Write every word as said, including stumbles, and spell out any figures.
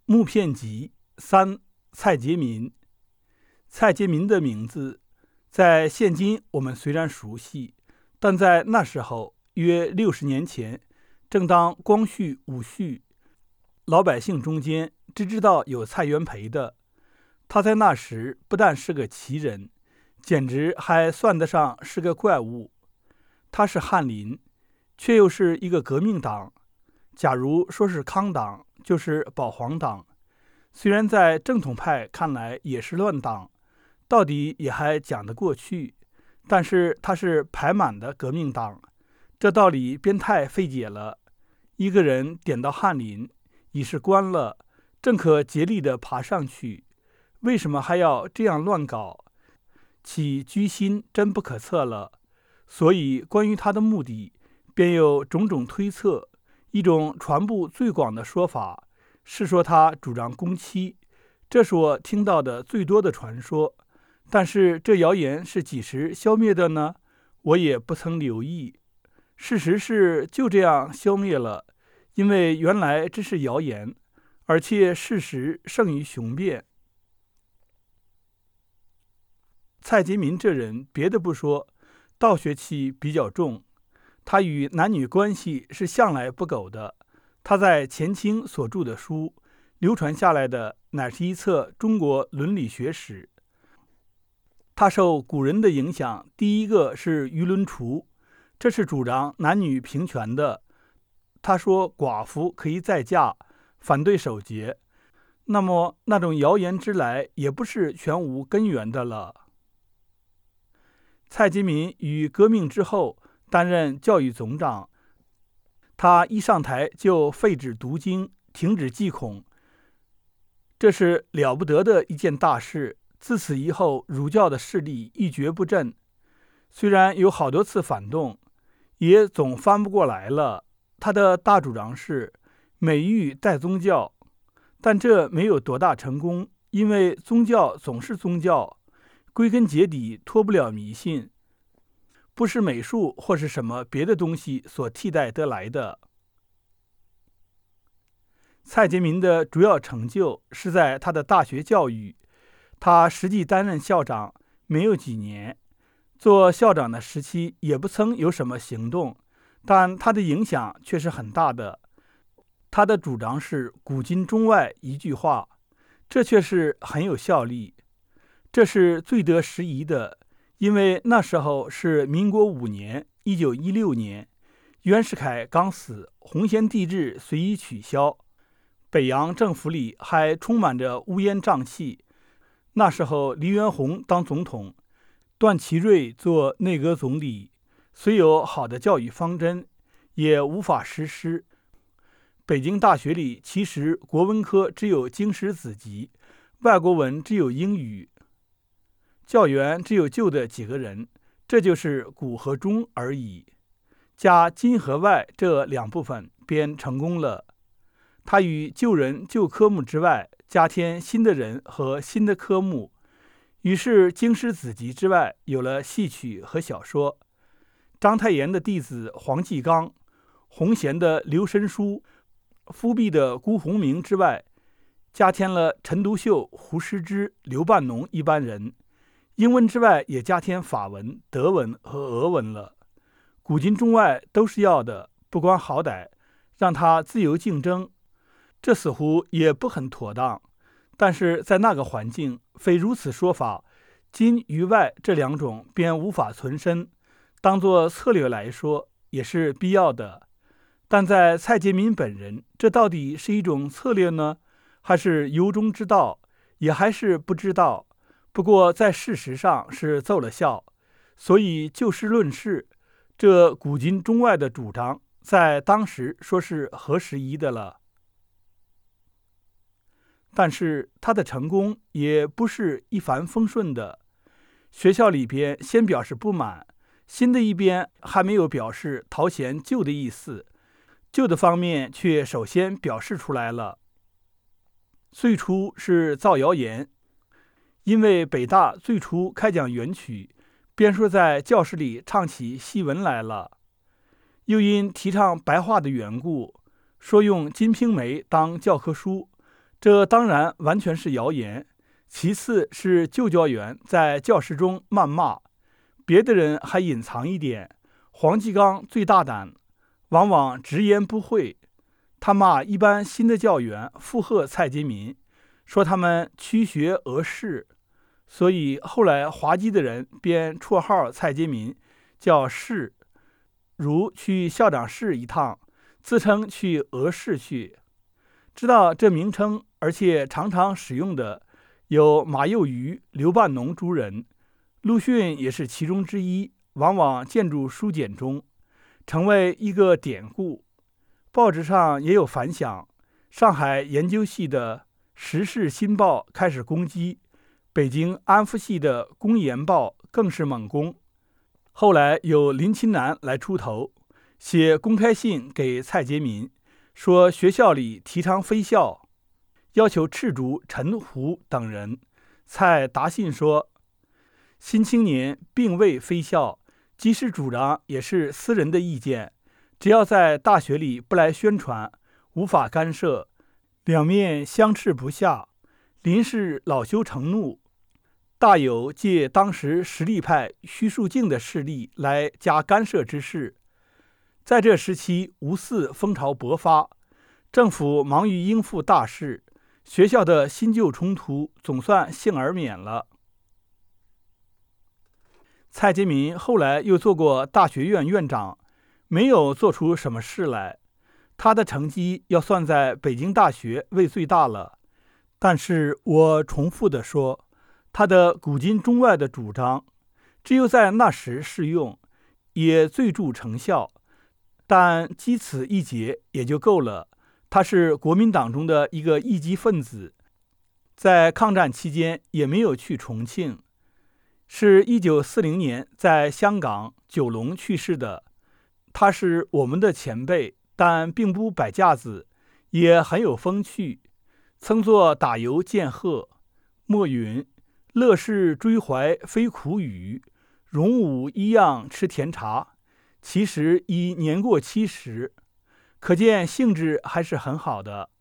木片集三，蔡洁民。蔡洁民的名字在现今我们虽然熟悉，但在那时候约六十年前，正当光绪、武绪老百姓中间只知道有蔡元培的。他在那时不但是个奇人，简直还算得上是个怪物。他是翰林，却又是一个革命党，假如说是康党，就是保皇党。虽然在正统派看来也是乱党，到底也还讲得过去，但是他是排满的革命党，这道理便太费解了。一个人点到翰林，已是官了，正可竭力地爬上去，为什么还要这样乱搞？其居心真不可测了。所以关于他的目的，便有种种推测。一种传播最广的说法是说他主张公妻，这是我听到的最多的传说。但是这谣言是几时消灭的呢？我也不曾留意。事实是就这样消灭了，因为原来这是谣言，而且事实胜于雄辩。蔡洁民这人别的不说，道学气比较重，他与男女关系是向来不苟的。他在前清所著的书，流传下来的乃是一册中国伦理学史。他受古人的影响，第一个是于伦刍，这是主张男女平权的。他说寡妇可以再嫁，反对守节。那么那种谣言之来，也不是全无根源的了。蔡洁民于革命之后担任教育总长，他一上台就废止读经，停止祭孔，这是了不得的一件大事。自此以后，儒教的势力一蹶不振，虽然有好多次反动，也总翻不过来了。他的大主张是美育代宗教，但这没有多大成功，因为宗教总是宗教，归根结底脱不了迷信，不是美术或是什么别的东西所替代得来的。蔡洁民的主要成就是在他的大学教育。他实际担任校长没有几年，做校长的时期也不曾有什么行动，但他的影响却是很大的。他的主张是古今中外一句话，这却是很有效力。这是最得时宜的，因为那时候是民国五年一九一六年，袁世凯刚死，洪贤帝制随意取消，北洋政府里还充满着乌烟瘴气。那时候黎元洪当总统，段祺瑞做内阁总理，虽有好的教育方针，也无法实施。北京大学里其实国文科只有经史子集，外国文只有英语，教员只有旧的几个人，这就是古和中而已。加今和外这两部分便成功了。他与旧人旧科目之外，加添新的人和新的科目，于是经史子集之外有了戏曲和小说。章太炎的弟子黄继刚，洪贤的刘申书，夫弼的辜鸿铭之外，加添了陈独秀、胡适之、刘半农一般人。英文之外也加添法文、德文和俄文了。古今中外都是要的，不管好歹，让他自由竞争，这似乎也不很妥当。但是在那个环境，非如此说法，今与外这两种便无法存身，当作策略来说也是必要的。但在蔡洁民本人，这到底是一种策略呢，还是由衷之道，也还是不知道。不过在事实上是奏了效，所以就事论事，这古今中外的主张在当时说是合时宜的了。但是他的成功也不是一帆风顺的。学校里边先表示不满，新的一边还没有表示讨嫌旧的意思，旧的方面却首先表示出来了。最初是造谣言，因为北大最初开讲元曲，便说在教室里唱起戏文来了。又因提倡白话的缘故，说用《金瓶梅》当教科书， 这当然完全是谣言。其次是旧教员在教室中谩骂，别的人还隐藏一点。黄继刚最大胆，往往直言不讳。他骂一般新的教员附和蔡洁民，说他们驱学讹事，所以后来滑稽的人便绰号蔡洁民，叫士，如去校长室一趟，自称去讹事去。知道这名称而且常常使用的有马幼瑜、刘半农诸人，陆逊也是其中之一，往往见诸书简中，成为一个典故。报纸上也有反响，上海研究系的《时事新报》开始攻击，北京安福系的《公研报》更是猛攻。后来有林清南来出头，写公开信给蔡洁民，说学校里提倡非校，要求斥逐陈胡等人。蔡答信说，新青年并未非校，即使主张也是私人的意见，只要在大学里不来宣传，无法干涉。两面相斥不下，林氏恼羞成怒，大有借当时实力派徐树静的势力来加干涉之势。在这时期，五四风潮勃发，政府忙于应付大事，学校的新旧冲突总算幸而免了。蔡洁民后来又做过大学院院长，没有做出什么事来，他的成绩要算在北京大学为最大了。但是我重复地说，他的古今中外的主张，只有在那时适用，也最著成效，但积此一节也就够了。他是国民党中的一个一级分子，在抗战期间也没有去重庆，是一九四零年在香港九龙去世的。他是我们的前辈，但并不摆架子，也很有风趣，曾作打油剑鹤，莫云乐事追怀非苦语，荣武一样吃甜茶，其实已年过七十，可见兴致还是很好的。